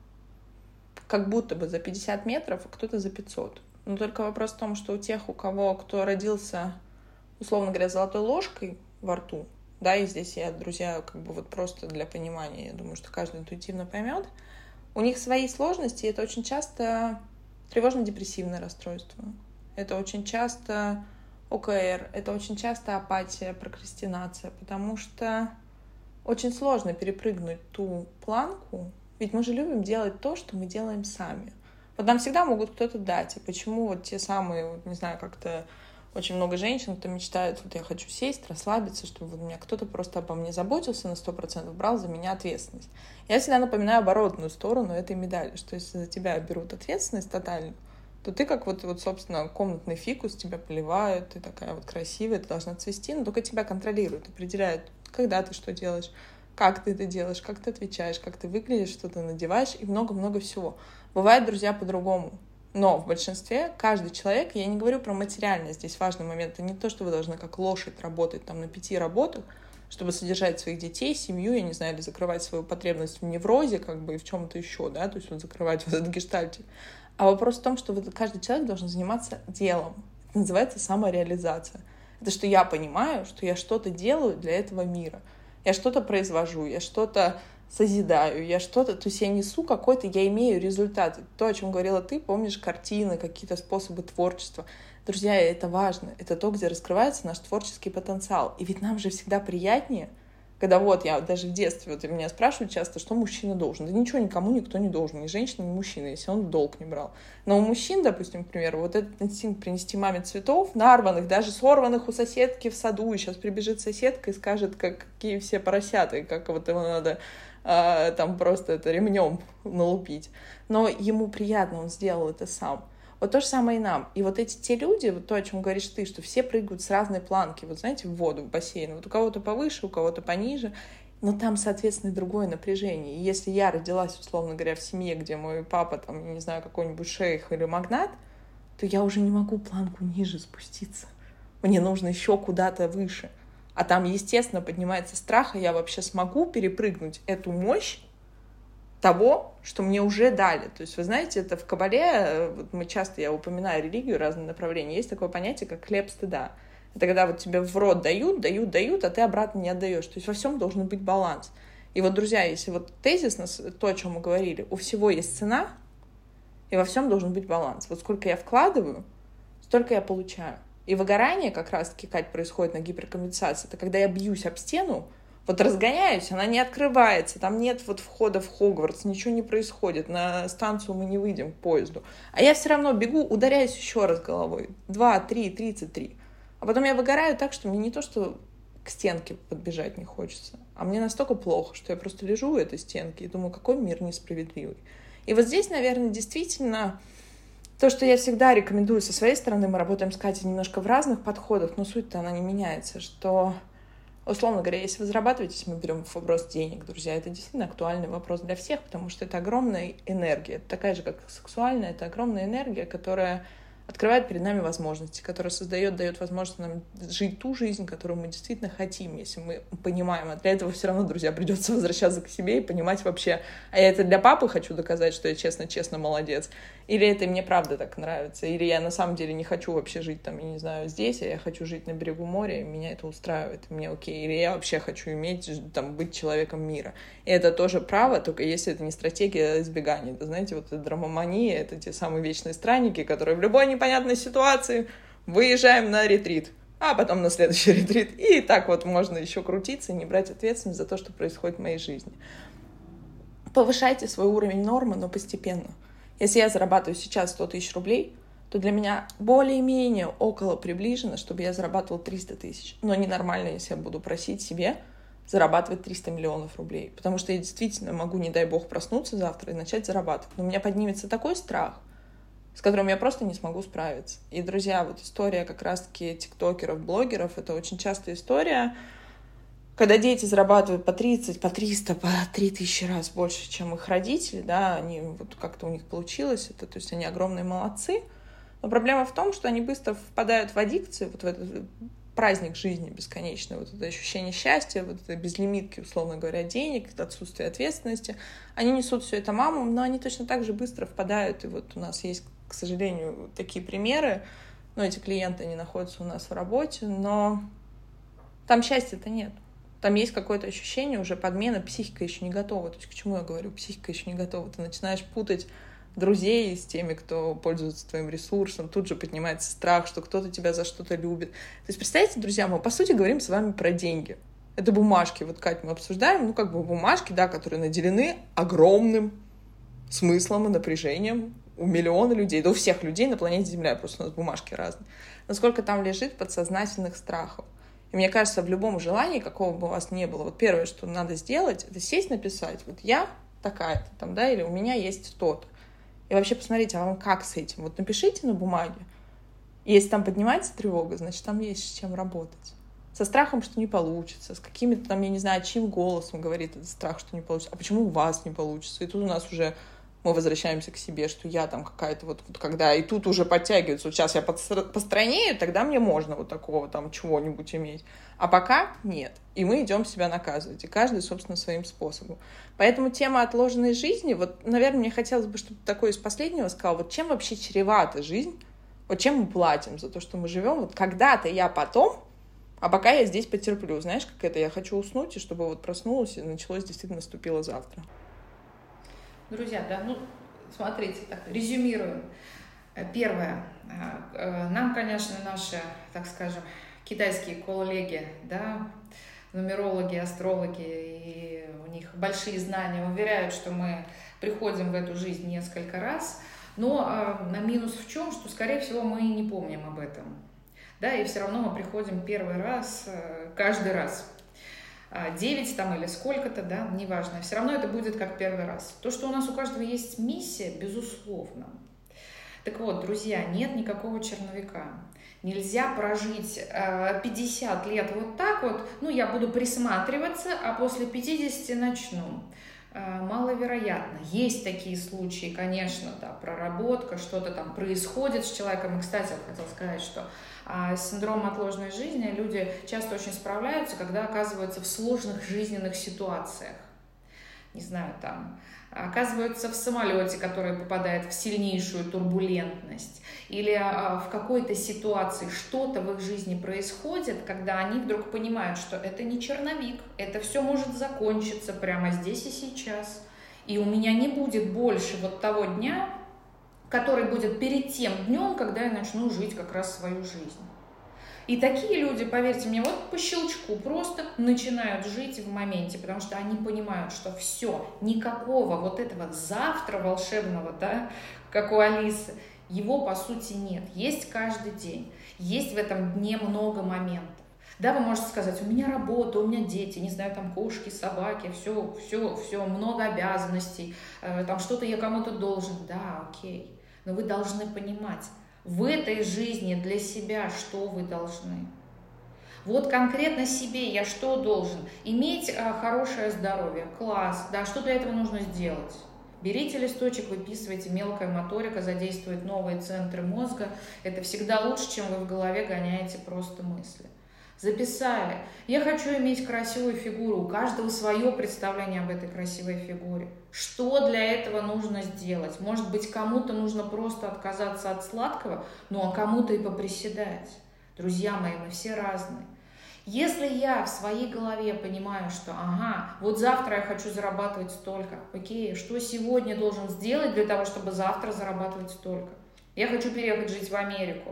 как будто бы за 50 метров, а кто-то за 500. Но только вопрос в том, что у тех, кто родился, условно говоря, золотой ложкой во рту, да, и здесь я, друзья, как бы вот просто для понимания, я думаю, что каждый интуитивно поймет, у них свои сложности, и это очень часто тревожно-депрессивное расстройство, это очень часто ОКР, это очень часто апатия, прокрастинация, потому что очень сложно перепрыгнуть ту планку, ведь мы же любим делать то, что мы делаем сами. Вот нам всегда могут кто-то дать, и почему вот те самые, вот, не знаю, как-то очень много женщин, кто мечтает: вот я хочу сесть, расслабиться, чтобы вот у меня кто-то просто обо мне заботился на 100%, брал за меня ответственность. Я всегда напоминаю оборотную сторону этой медали, что если за тебя берут ответственность тотально, то ты как вот, собственно, комнатный фикус, тебя поливают, ты такая вот красивая, ты должна цвести, но только тебя контролируют, определяют, когда ты что делаешь, как ты это делаешь, как ты отвечаешь, как ты выглядишь, что ты надеваешь и много-много всего. Бывает, друзья, по-другому. Но в большинстве каждый человек, я не говорю про материальное, здесь важный момент, это не то, что вы должны как лошадь работать там на 5 работах, чтобы содержать своих детей, семью, я не знаю, или закрывать свою потребность в неврозе, как бы, и в чем-то еще, да, то есть вот закрывать вот этот гештальтик. А вопрос в том, что каждый человек должен заниматься делом. Это называется самореализация. Это что я понимаю, что я что-то делаю для этого мира. Я что-то произвожу, я что-то созидаю, я что-то... То есть я несу какой-то, я имею результат. То, о чем говорила ты, помнишь, картины, какие-то способы творчества. Друзья, это важно. Это то, где раскрывается наш творческий потенциал. И ведь нам же всегда приятнее, когда вот я даже в детстве, вот меня спрашивают часто, что мужчина должен. Да ничего никому никто не должен, ни женщина, ни мужчина, если он в долг не брал. Но у мужчин, допустим, к примеру, вот этот инстинкт принести маме цветов, нарванных, даже сорванных у соседки в саду, и сейчас прибежит соседка и скажет, какие все поросята, и как вот его надо там просто это ремнем налупить. Но ему приятно, он сделал это сам. Вот то же самое и нам. И вот эти те люди, вот то, о чем говоришь ты, что все прыгают с разной планки, вот знаете, в воду, в бассейн. Вот у кого-то повыше, у кого-то пониже, но там, соответственно, другое напряжение. И если я родилась, условно говоря, в семье, где мой папа, там, я не знаю, какой-нибудь шейх или магнат, то я уже не могу планку ниже спуститься. Мне нужно еще куда-то выше. А там, естественно, поднимается страх, а я вообще смогу перепрыгнуть эту мощь того, что мне уже дали. То есть, вы знаете, это в Кабале, вот мы часто, я упоминаю религию, разные направления, есть такое понятие, как хлеб стыда. Это когда вот тебе в рот дают, а ты обратно не отдаешь. То есть во всем должен быть баланс. И вот, друзья, если вот тезисно, то, о чем мы говорили, у всего есть цена, и во всем должен быть баланс. Вот сколько я вкладываю, столько я получаю. И выгорание как раз-таки, Кать, происходит на гиперкомпенсации. Это когда я бьюсь об стену, вот разгоняюсь, она не открывается, там нет вот входа в Хогвартс, ничего не происходит, на станцию мы не выйдем к поезду. А я все равно бегу, ударяюсь еще раз головой. 2, 3, 33. А потом я выгораю так, что мне не то, что к стенке подбежать не хочется, а мне настолько плохо, что я просто лежу у этой стенки и думаю, какой мир несправедливый. И вот здесь, наверное, действительно... То, что я всегда рекомендую со своей стороны, мы работаем с Катей немножко в разных подходах, но суть-то она не меняется, что, условно говоря, если вы зарабатываете, если мы берем вопрос денег, друзья, это действительно актуальный вопрос для всех, потому что это огромная энергия, это такая же, как сексуальная, это огромная энергия, которая открывает перед нами возможности, которая дает возможность нам жить ту жизнь, которую мы действительно хотим, если мы понимаем. А для этого все равно, друзья, придется возвращаться к себе и понимать вообще, а я это для папы хочу доказать, что я честно молодец, или это мне правда так нравится, или я на самом деле не хочу вообще жить там, я не знаю, здесь, а я хочу жить на берегу моря, и меня это устраивает, и мне окей, или я вообще хочу там быть человеком мира. И это тоже право, только если это не стратегия избегания. Это, знаете, вот эта драмомания, это те самые вечные странники, которые в любой непонятной ситуации выезжаем на ретрит. а потом на следующий ретрит. И так вот можно еще крутиться и не брать ответственность за то, что происходит в моей жизни. Повышайте свой уровень нормы, но постепенно. Если я зарабатываю сейчас 100 тысяч рублей, то для меня более-менее около приближено, чтобы я зарабатывал 300 тысяч. Но ненормально, если я буду просить себе зарабатывать 300 миллионов рублей. Потому что я действительно могу, не дай бог, проснуться завтра и начать зарабатывать. Но у меня поднимется такой страх, с которым я просто не смогу справиться. И, друзья, вот история как раз-таки тиктокеров, блогеров, это очень частая история, когда дети зарабатывают по 30, по 300, по 3000 раз больше, чем их родители, да, они вот как-то у них получилось это, то есть они огромные молодцы. Но проблема в том, что они быстро впадают в аддикцию, вот в этот праздник жизни бесконечный, вот это ощущение счастья, вот это безлимитки, условно говоря, денег, это отсутствие ответственности. Они несут все это мамам, но они точно так же быстро впадают, и вот у нас есть, к сожалению, такие примеры, но эти клиенты, они находятся у нас в работе, но там счастья-то нет. Там есть какое-то ощущение уже подмена, психика еще не готова. То есть к чему я говорю? Психика еще не готова. Ты начинаешь путать друзей с теми, кто пользуется твоим ресурсом. Тут же поднимается страх, что кто-то тебя за что-то любит. То есть, представьте, друзья, мы, по сути, говорим с вами про деньги. Это бумажки. Вот, Кать, мы обсуждаем, ну, как бы бумажки, да, которые наделены огромным смыслом и напряжением у миллиона людей, да у всех людей на планете Земля, просто у нас бумажки разные. Насколько там лежит подсознательных страхов. И мне кажется, в любом желании, какого бы у вас ни было, вот первое, что надо сделать, это сесть, написать, вот я такая-то там, да, или у меня есть то-то. И вообще посмотрите, а вам как с этим? Вот напишите на бумаге. И если там поднимается тревога, значит, там есть с чем работать. Со страхом, что не получится, с какими-то там, я не знаю, чьим голосом говорит этот страх, что не получится. А почему у вас не получится? И тут у нас уже мы возвращаемся к себе, что я там какая-то вот когда... И тут уже подтягивается. Вот сейчас я постранею, тогда мне можно вот такого там чего-нибудь иметь. А пока нет. И мы идем себя наказывать. И каждый, собственно, своим способом. Поэтому тема отложенной жизни, вот, наверное, мне хотелось бы, чтобы такое из последнего сказал, вот чем вообще чревата жизнь? Вот чем мы платим за то, что мы живем? Вот когда-то я потом, а пока я здесь потерплю. Знаешь, как это? Я хочу уснуть, и чтобы вот проснулась, и началось, действительно наступило завтра. Друзья, да, ну, смотрите, так, резюмируем. Первое. Нам, конечно, наши, так скажем, китайские коллеги, да, нумерологи, астрологи, и у них большие знания, уверяют, что мы приходим в эту жизнь несколько раз, но на минус в чем, что, скорее всего, мы не помним об этом. Да, и все равно мы приходим первый раз, каждый раз. 9 там или сколько-то, да, неважно, все равно это будет как первый раз. То, что у нас у каждого есть миссия, безусловно. Так вот, друзья, нет никакого черновика. Нельзя прожить 50 лет вот так вот, ну, я буду присматриваться, а после 50 начну. Маловероятно. Есть такие случаи, конечно, да, проработка, что-то там происходит с человеком. И, кстати, я хотела сказать, что с синдромом отложенной жизни люди часто очень справляются, когда оказываются в сложных жизненных ситуациях. Не знаю, там, оказываются в самолете, который попадает в сильнейшую турбулентность, или в какой-то ситуации что-то в их жизни происходит, когда они вдруг понимают, что это не черновик, это все может закончиться прямо здесь и сейчас, и у меня не будет больше вот того дня, который будет перед тем днем, когда я начну жить как раз свою жизнь. И такие люди, поверьте мне, вот по щелчку просто начинают жить в моменте, потому что они понимают, что все, никакого вот этого завтра волшебного, да, как у Алисы, его по сути нет. Есть каждый день, есть в этом дне много моментов. Да, вы можете сказать, у меня работа, у меня дети, не знаю, там кошки, собаки, все, много обязанностей, там что-то я кому-то должен. Да, окей, но вы должны понимать, в этой жизни для себя что вы должны? Вот конкретно себе я что должен? Иметь хорошее здоровье, класс, да, что для этого нужно сделать? Берите листочек, выписывайте, мелкая моторика задействует новые центры мозга. Это всегда лучше, чем вы в голове гоняете просто мысли. Записали. Я хочу иметь красивую фигуру. У каждого свое представление об этой красивой фигуре. Что для этого нужно сделать? Может быть, кому-то нужно просто отказаться от сладкого, ну а кому-то и поприседать. Друзья мои, мы все разные. Если я в своей голове понимаю, что ага, вот завтра я хочу зарабатывать столько, окей, что сегодня должен сделать для того, чтобы завтра зарабатывать столько? Я хочу переехать жить в Америку.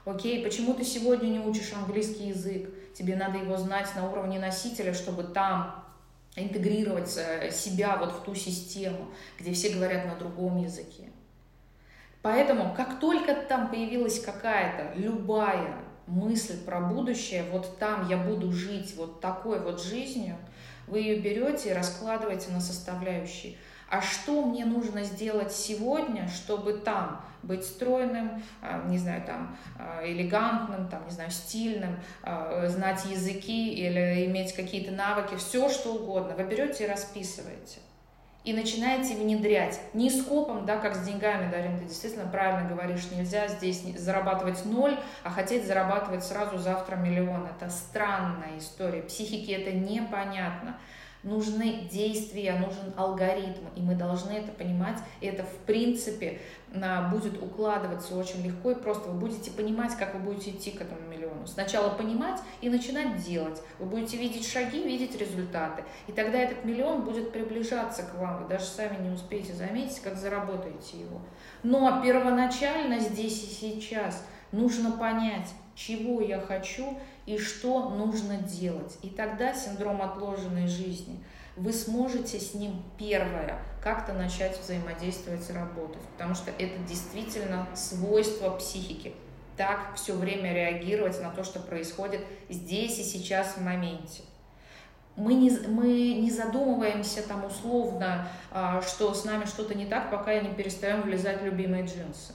Окей, почему ты сегодня не учишь английский язык? Тебе надо его знать на уровне носителя, чтобы там интегрировать себя вот в ту систему, где все говорят на другом языке. Поэтому, как только там появилась какая-то любая мысль про будущее, вот там я буду жить вот такой вот жизнью, вы ее берете и раскладываете на составляющие. А что мне нужно сделать сегодня, чтобы там быть стройным, не знаю, там, элегантным, там, не знаю, стильным, знать языки или иметь какие-то навыки, все что угодно. Вы берете и расписываете. И начинаете внедрять. Не скопом, да, как с деньгами, Дарин, ты действительно правильно говоришь, нельзя здесь зарабатывать 0, а хотеть зарабатывать сразу завтра 1 000 000. Это странная история. Психике это непонятно. Нужны действия, нужен алгоритм, и мы должны это понимать. И это, в принципе, будет укладываться очень легко, и просто вы будете понимать, как вы будете идти к этому 1 000 000. Сначала понимать и начинать делать. Вы будете видеть шаги, видеть результаты. И тогда этот 1 000 000 будет приближаться к вам. Вы даже сами не успеете заметить, как заработаете его. Но первоначально здесь и сейчас нужно понять, чего я хочу и что нужно делать. И тогда синдром отложенной жизни, вы сможете с ним, первое, как-то начать взаимодействовать и работать. Потому что это действительно свойство психики. Так все время реагировать на то, что происходит здесь и сейчас в моменте. Мы не задумываемся там условно, что с нами что-то не так, пока не перестаем влезать в любимые джинсы.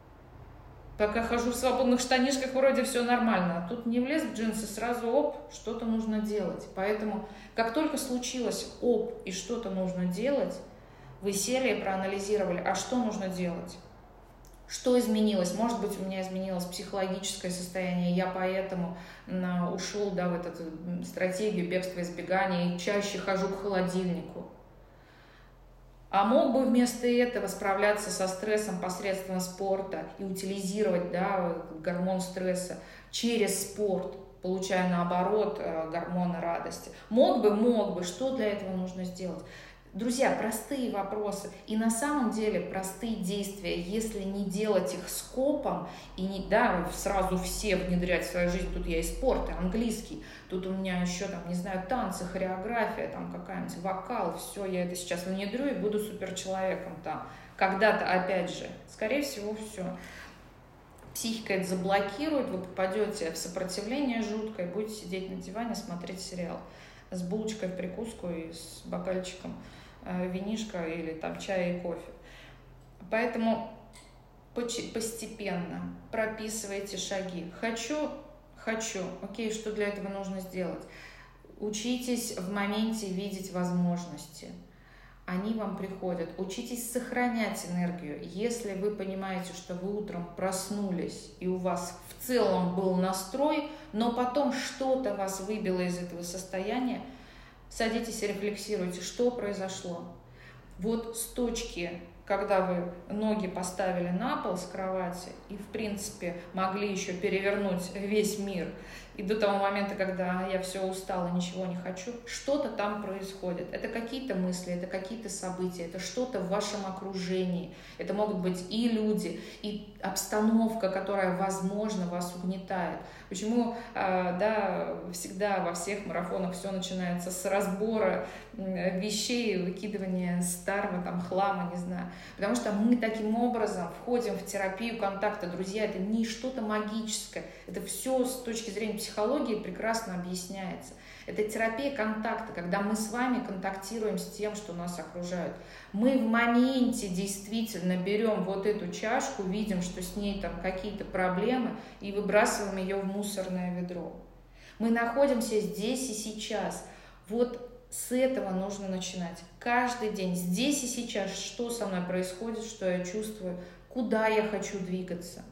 Пока хожу в свободных штанишках, вроде все нормально. А тут не влез в джинсы, сразу оп, что-то нужно делать. Поэтому, как только случилось оп, и что-то нужно делать, вы сели и проанализировали, а что нужно делать? Что изменилось? Может быть, у меня изменилось психологическое состояние, я поэтому ушел, да, в эту стратегию бегства, избегания, и чаще хожу к холодильнику. А мог бы вместо этого справляться со стрессом посредством спорта и утилизировать, да, гормон стресса через спорт, получая наоборот гормоны радости. Мог бы. Что для этого нужно сделать? Друзья, простые вопросы. И на самом деле простые действия, если не делать их скопом и не, да, сразу все внедрять в свою жизнь. Тут я и спорт, и английский, тут у меня еще, там, не знаю, танцы, хореография, там какая-нибудь вокал, все, я это сейчас внедрю и буду суперчеловеком там. Когда-то, опять же, скорее всего, все. Психика это заблокирует, вы попадете в сопротивление жуткое, будете сидеть на диване, смотреть сериал с булочкой в прикуску и с бокальчиком винишка или там чая и кофе. Поэтому постепенно прописывайте шаги. Хочу, окей, что для этого нужно сделать? Учитесь в моменте видеть возможности. Они вам приходят. Учитесь сохранять энергию. Если вы понимаете, что вы утром проснулись и у вас в целом был настрой, но потом что-то вас выбило из этого состояния, садитесь и рефлексируйте, что произошло. Вот с точки, когда вы ноги поставили на пол с кровати и, в принципе, могли еще перевернуть весь мир, и до того момента, когда я все устала, ничего не хочу, что-то там происходит. Это какие-то мысли, это какие-то события, это что-то в вашем окружении. Это могут быть и люди, и обстановка, которая, возможно, вас угнетает. Почему, да, всегда во всех марафонах все начинается с разбора вещей, выкидывания старого там хлама, не знаю. Потому что мы таким образом входим в терапию контакта. Друзья, это не что-то магическое. Это все с точки зрения психологии прекрасно объясняется. Это терапия контакта, когда мы с вами контактируем с тем, что нас окружает. Мы в моменте действительно берем вот эту чашку, видим, что с ней там какие-то проблемы, и выбрасываем ее в мусорное ведро. Мы находимся здесь и сейчас. Вот с этого нужно начинать. Каждый день, здесь и сейчас, что со мной происходит, что я чувствую, куда я хочу двигаться.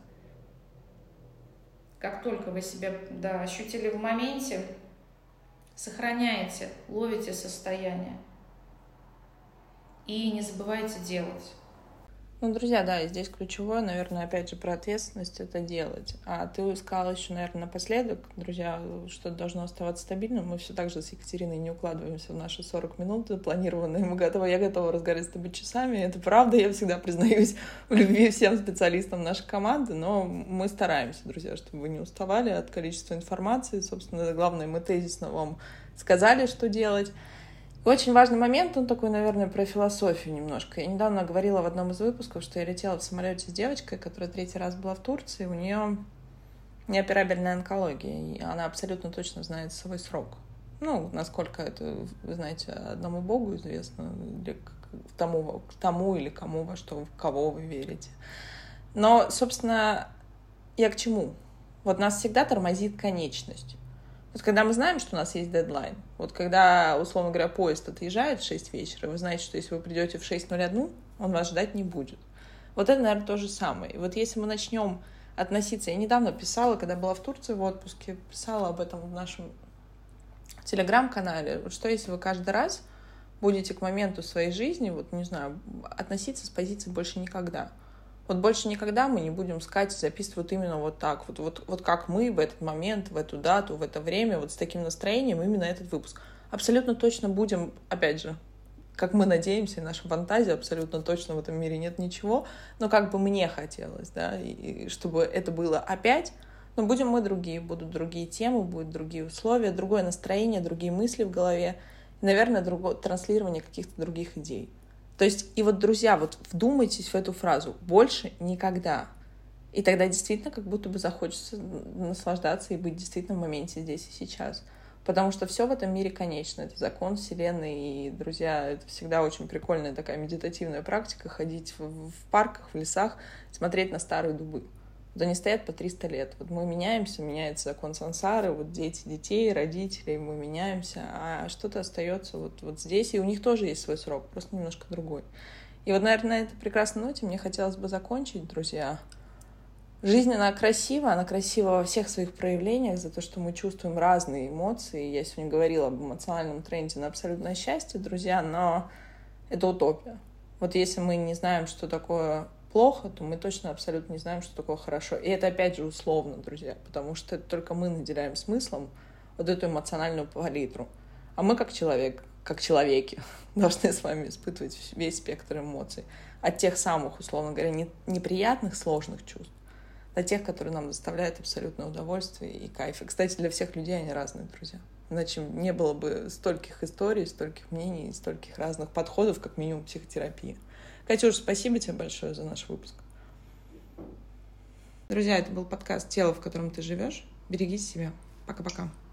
Как только вы себя, да, ощутили в моменте, сохраняете, ловите состояние. И не забывайте делать. Ну, друзья, да, и здесь ключевое, наверное, опять же, про ответственность это делать. А ты сказала еще, наверное, напоследок, друзья, что должно оставаться стабильным. Мы все так же с Екатериной не укладываемся в наши 40 минут запланированные. Я готова разговаривать с тобой часами. Это правда, я всегда признаюсь в любви всем специалистам нашей команды, но мы стараемся, друзья, чтобы вы не уставали от количества информации. Собственно, главное, мы тезисно вам сказали, что делать. Очень важный момент, он такой, наверное, про философию немножко. Я недавно говорила в одном из выпусков, что я летела в самолете с девочкой, которая 3-й раз была в Турции, у нее неоперабельная онкология, и она абсолютно точно знает свой срок. Ну, насколько это, вы знаете, одному Богу известно, или к тому или кому, во что, в кого вы верите. Но, собственно, я к чему? Вот нас всегда тормозит конечность. Вот когда мы знаем, что у нас есть дедлайн, вот когда, условно говоря, поезд отъезжает в 6 вечера, вы знаете, что если вы придете в 6:01, он вас ждать не будет. Вот это, наверное, то же самое. И вот если мы начнем относиться... Я недавно писала, когда была в Турции в отпуске, писала об этом в нашем телеграм-канале. Вот что если вы каждый раз будете к моменту своей жизни, вот, не знаю, относиться с позиции «больше никогда». Вот больше никогда мы не будем искать и записывать вот именно вот так. Вот как мы в этот момент, в эту дату, в это время, вот с таким настроением именно этот выпуск. Абсолютно точно будем, опять же, как мы надеемся, и наша фантазия, абсолютно точно в этом мире нет ничего, но как бы мне хотелось, да, и чтобы это было опять, но будем мы другие, будут другие темы, будут другие условия, другое настроение, другие мысли в голове, и, наверное, другое транслирование каких-то других идей. То есть, и вот, друзья, вот вдумайтесь в эту фразу «больше никогда». И тогда действительно как будто бы захочется наслаждаться и быть действительно в моменте здесь и сейчас. Потому что все в этом мире конечно. Это закон Вселенной. И, друзья, это всегда очень прикольная такая медитативная практика — ходить в парках, в лесах, смотреть на старые дубы. Вот они стоят по 300 лет. Вот мы меняемся, меняется закон сансары, вот дети детей, родителей, мы меняемся, а что-то остается вот здесь, и у них тоже есть свой срок, просто немножко другой. И вот, наверное, на этой прекрасной ноте мне хотелось бы закончить, друзья. Жизнь, она красива во всех своих проявлениях, за то, что мы чувствуем разные эмоции. Я сегодня говорила об эмоциональном тренде на абсолютное счастье, друзья, но это утопия. Вот если мы не знаем, что такое плохо, то мы точно абсолютно не знаем, что такое хорошо. И это, опять же, условно, друзья, потому что это только мы наделяем смыслом вот эту эмоциональную палитру. А мы, как человеки, должны с вами испытывать весь спектр эмоций. От тех самых, условно говоря, неприятных, сложных чувств, до тех, которые нам доставляют абсолютное удовольствие и кайф. И, кстати, для всех людей они разные, друзья. Иначе не было бы стольких историй, стольких мнений, стольких разных подходов, как минимум психотерапии. Катюш, спасибо тебе большое за наш выпуск. Друзья, это был подкаст «Тело, в котором ты живешь». Берегите себя. Пока-пока.